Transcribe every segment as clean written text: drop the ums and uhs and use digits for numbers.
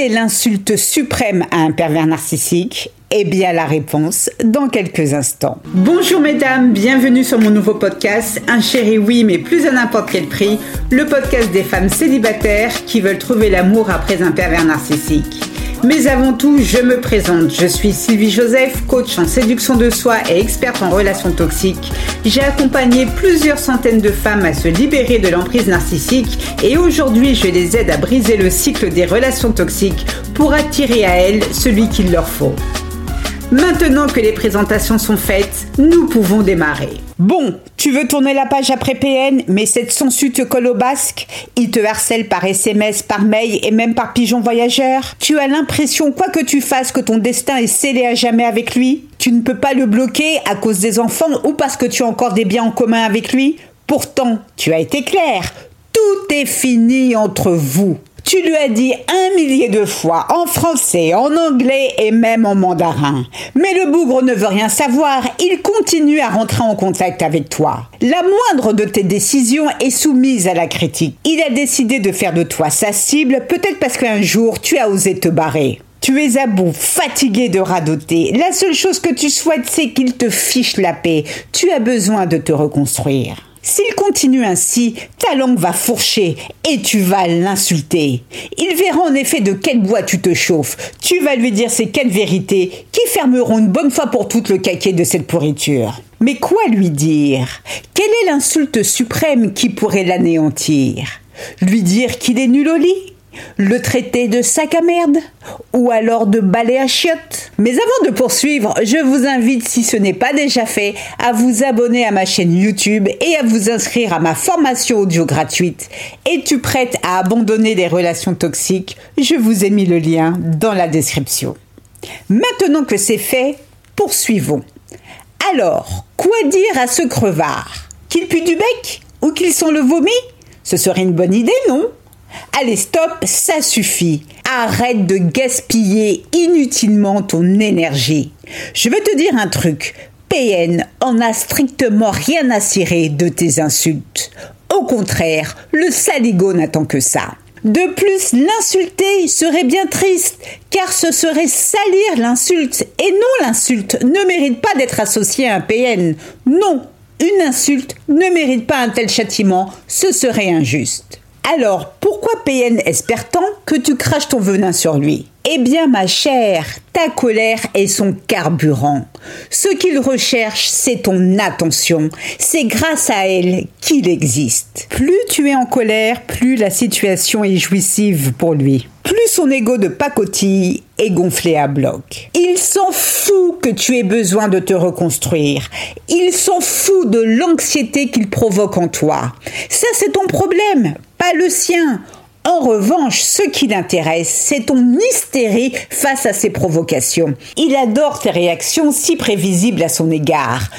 est l'insulte suprême à un pervers narcissique ? Eh bien, la réponse dans quelques instants. Bonjour mesdames, bienvenue sur mon nouveau podcast, Un chéri oui, mais plus à n'importe quel prix, le podcast des femmes célibataires qui veulent trouver l'amour après un pervers narcissique. Mais avant tout, je me présente. Je suis Sylvie Joseph, coach en séduction de soi et experte en relations toxiques. J'ai accompagné plusieurs centaines de femmes à se libérer de l'emprise narcissique et aujourd'hui, je les aide à briser le cycle des relations toxiques pour attirer à elles celui qu'il leur faut. Maintenant que les présentations sont faites, nous pouvons démarrer. Bon, tu veux tourner la page après PN, mais cette sangsue te colle au basque. Il te harcèle par SMS, par mail et même par pigeon voyageur. Tu as l'impression, quoi que tu fasses, que ton destin est scellé à jamais avec lui. Tu ne peux pas le bloquer à cause des enfants ou parce que tu as encore des biens en commun avec lui. Pourtant, tu as été clair. Tout est fini entre vous. Tu lui as dit 1 millier de fois, en français, en anglais et même en mandarin. Mais le bougre ne veut rien savoir, il continue à rentrer en contact avec toi. La moindre de tes décisions est soumise à la critique. Il a décidé de faire de toi sa cible, peut-être parce qu'un jour tu as osé te barrer. Tu es à bout, fatigué de radoter. La seule chose que tu souhaites, c'est qu'il te fiche la paix. Tu as besoin de te reconstruire. S'il continue ainsi, ta langue va fourcher et tu vas l'insulter. Il verra en effet de quel bois tu te chauffes. Tu vas lui dire ces 4 vérités qui fermeront une bonne fois pour toutes le caquet de cette pourriture. Mais quoi lui dire ? Quelle est l'insulte suprême qui pourrait l'anéantir ? Lui dire qu'il est nul au lit ? Le traiter de sac à merde ? Ou alors de balai à chiottes ? Mais avant de poursuivre, je vous invite, si ce n'est pas déjà fait, à vous abonner à ma chaîne YouTube et à vous inscrire à ma formation audio gratuite. Es-tu prête à abandonner les relations toxiques ? Je vous ai mis le lien dans la description. Maintenant que c'est fait, poursuivons. Alors, quoi dire à ce crevard ? Qu'il pue du bec ? Ou qu'il sent le vomi ? Ce serait une bonne idée, non ? Allez, stop, ça suffit. Arrête de gaspiller inutilement ton énergie. Je vais te dire un truc. PN en a strictement rien à cirer de tes insultes. Au contraire, le saligo n'attend que ça. De plus, l'insulter serait bien triste, car ce serait salir l'insulte. Et non, l'insulte ne mérite pas d'être associée à un PN. Non, une insulte ne mérite pas un tel châtiment, ce serait injuste. Alors, pourquoi PN espère tant que tu craches ton venin sur lui ? Eh bien, ma chère, ta colère est son carburant. Ce qu'il recherche, c'est ton attention. C'est grâce à elle qu'il existe. Plus tu es en colère, plus la situation est jouissive pour lui. Plus son ego de pacotille est gonflé à bloc. Il s'en fout que tu aies besoin de te reconstruire. Il s'en fout de l'anxiété qu'il provoque en toi. Ça, c'est ton problème, pas le sien. En revanche, ce qui l'intéresse, c'est ton hystérie face à ses provocations. Il adore tes réactions si prévisibles à son égard.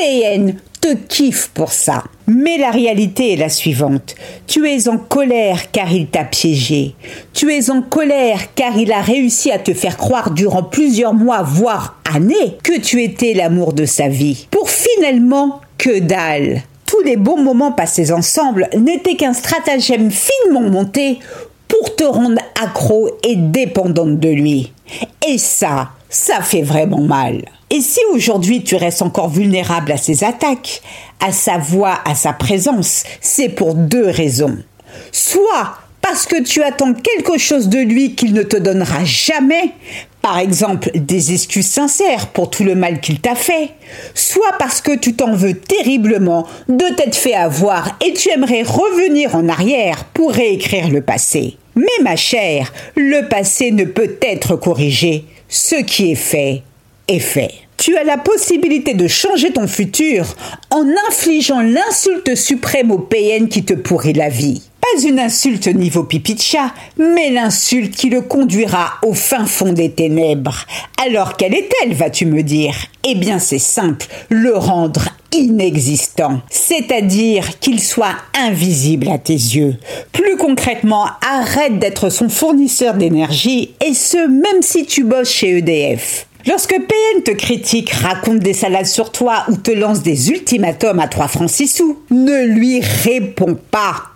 PN te kiffe pour ça. Mais la réalité est la suivante. Tu es en colère car il t'a piégé. Tu es en colère car il a réussi à te faire croire durant plusieurs mois, voire années, que tu étais l'amour de sa vie. Pour finalement, que dalle. Tous les bons moments passés ensemble n'étaient qu'un stratagème finement monté pour te rendre accro et dépendante de lui. Et ça fait vraiment mal. Et si aujourd'hui tu restes encore vulnérable à ses attaques, à sa voix, à sa présence, c'est pour 2 raisons. Soit parce que tu attends quelque chose de lui qu'il ne te donnera jamais, par exemple des excuses sincères pour tout le mal qu'il t'a fait, soit parce que tu t'en veux terriblement de t'être fait avoir et tu aimerais revenir en arrière pour réécrire le passé. Mais ma chère, le passé ne peut être corrigé. Ce qui est fait est fait. Tu as la possibilité de changer ton futur en infligeant l'insulte suprême au PN qui te pourrit la vie. Pas une insulte niveau pipi de chat, mais l'insulte qui le conduira au fin fond des ténèbres. Alors quelle est-elle, vas-tu me dire ? Eh bien c'est simple, le rendre inexistant, c'est-à-dire qu'il soit invisible à tes yeux. Plus concrètement, arrête d'être son fournisseur d'énergie, et ce même si tu bosses chez EDF. Lorsque PN te critique, raconte des salades sur toi ou te lance des ultimatums à 3 francs 6 sous, ne lui réponds pas.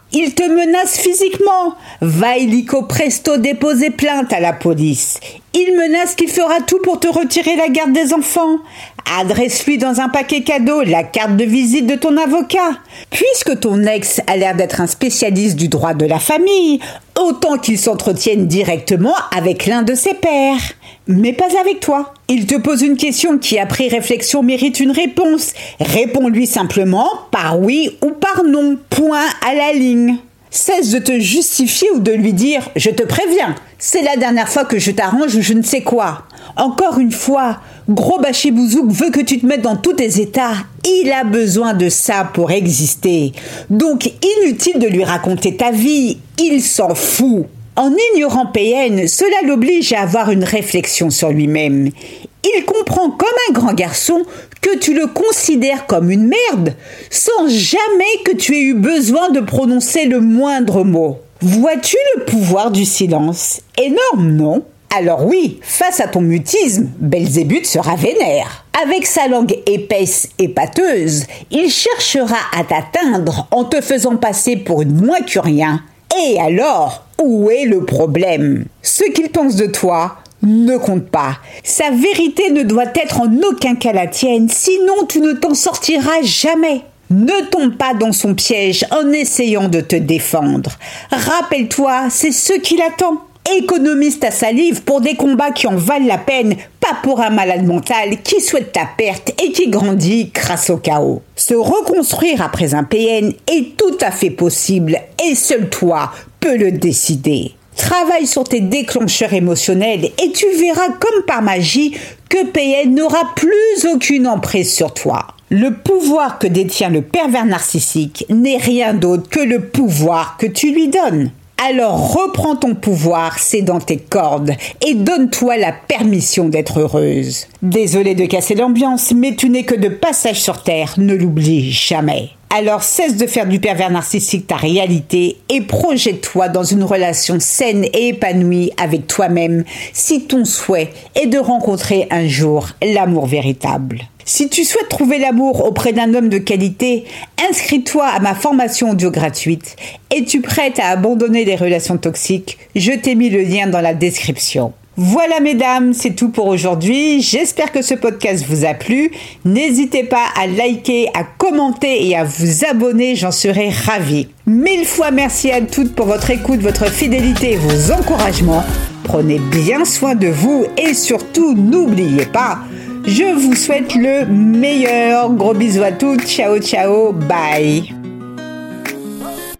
Il te menace physiquement. Va illico presto déposer plainte à la police. Il menace qu'il fera tout pour te retirer la garde des enfants. Adresse-lui dans un paquet cadeau la carte de visite de ton avocat. Puisque ton ex a l'air d'être un spécialiste du droit de la famille, autant qu'il s'entretienne directement avec l'un de ses pairs. Mais pas avec toi. Il te pose une question qui, après réflexion, mérite une réponse. Réponds-lui simplement par oui ou par non. Point à la ligne. Cesse de te justifier ou de lui dire « Je te préviens, c'est la dernière fois que je t'arrange ou je ne sais quoi ». Encore une fois, gros bachibouzouk veut que tu te mettes dans tous tes états. Il a besoin de ça pour exister. Donc inutile de lui raconter ta vie, il s'en fout. En ignorant PN, cela l'oblige à avoir une réflexion sur lui-même. Il comprend comme un grand garçon que tu le considères comme une merde, sans jamais que tu aies eu besoin de prononcer le moindre mot. Vois-tu le pouvoir du silence? Énorme, non? Alors oui, face à ton mutisme, Belzébuth sera vénère. Avec sa langue épaisse et pâteuse, il cherchera à t'atteindre en te faisant passer pour une moins que rien. Et alors, où est le problème? Ce qu'il pense de toi ne compte pas. Sa vérité ne doit être en aucun cas la tienne, sinon tu ne t'en sortiras jamais. Ne tombe pas dans son piège en essayant de te défendre. Rappelle-toi, c'est ce qu'il attend. Économise ta salive pour des combats qui en valent la peine, pas pour un malade mental qui souhaite ta perte et qui grandit grâce au chaos. Se reconstruire après un PN est tout à fait possible et seul toi peux le décider. Travaille sur tes déclencheurs émotionnels et tu verras comme par magie que PN n'aura plus aucune emprise sur toi. Le pouvoir que détient le pervers narcissique n'est rien d'autre que le pouvoir que tu lui donnes. Alors reprends ton pouvoir, c'est dans tes cordes et donne-toi la permission d'être heureuse. Désolée de casser l'ambiance, mais tu n'es que de passage sur terre, ne l'oublie jamais. Alors cesse de faire du pervers narcissique ta réalité et projette-toi dans une relation saine et épanouie avec toi-même si ton souhait est de rencontrer un jour l'amour véritable. Si tu souhaites trouver l'amour auprès d'un homme de qualité, inscris-toi à ma formation audio gratuite. Es-tu prête à abandonner les relations toxiques? Je t'ai mis le lien dans la description. Voilà mesdames, c'est tout pour aujourd'hui. J'espère que ce podcast vous a plu. N'hésitez pas à liker, à commenter et à vous abonner, j'en serai ravie. 1000 fois merci à toutes pour votre écoute, votre fidélité et vos encouragements. Prenez bien soin de vous et surtout n'oubliez pas, je vous souhaite le meilleur. Gros bisous à toutes. Ciao, ciao. Bye.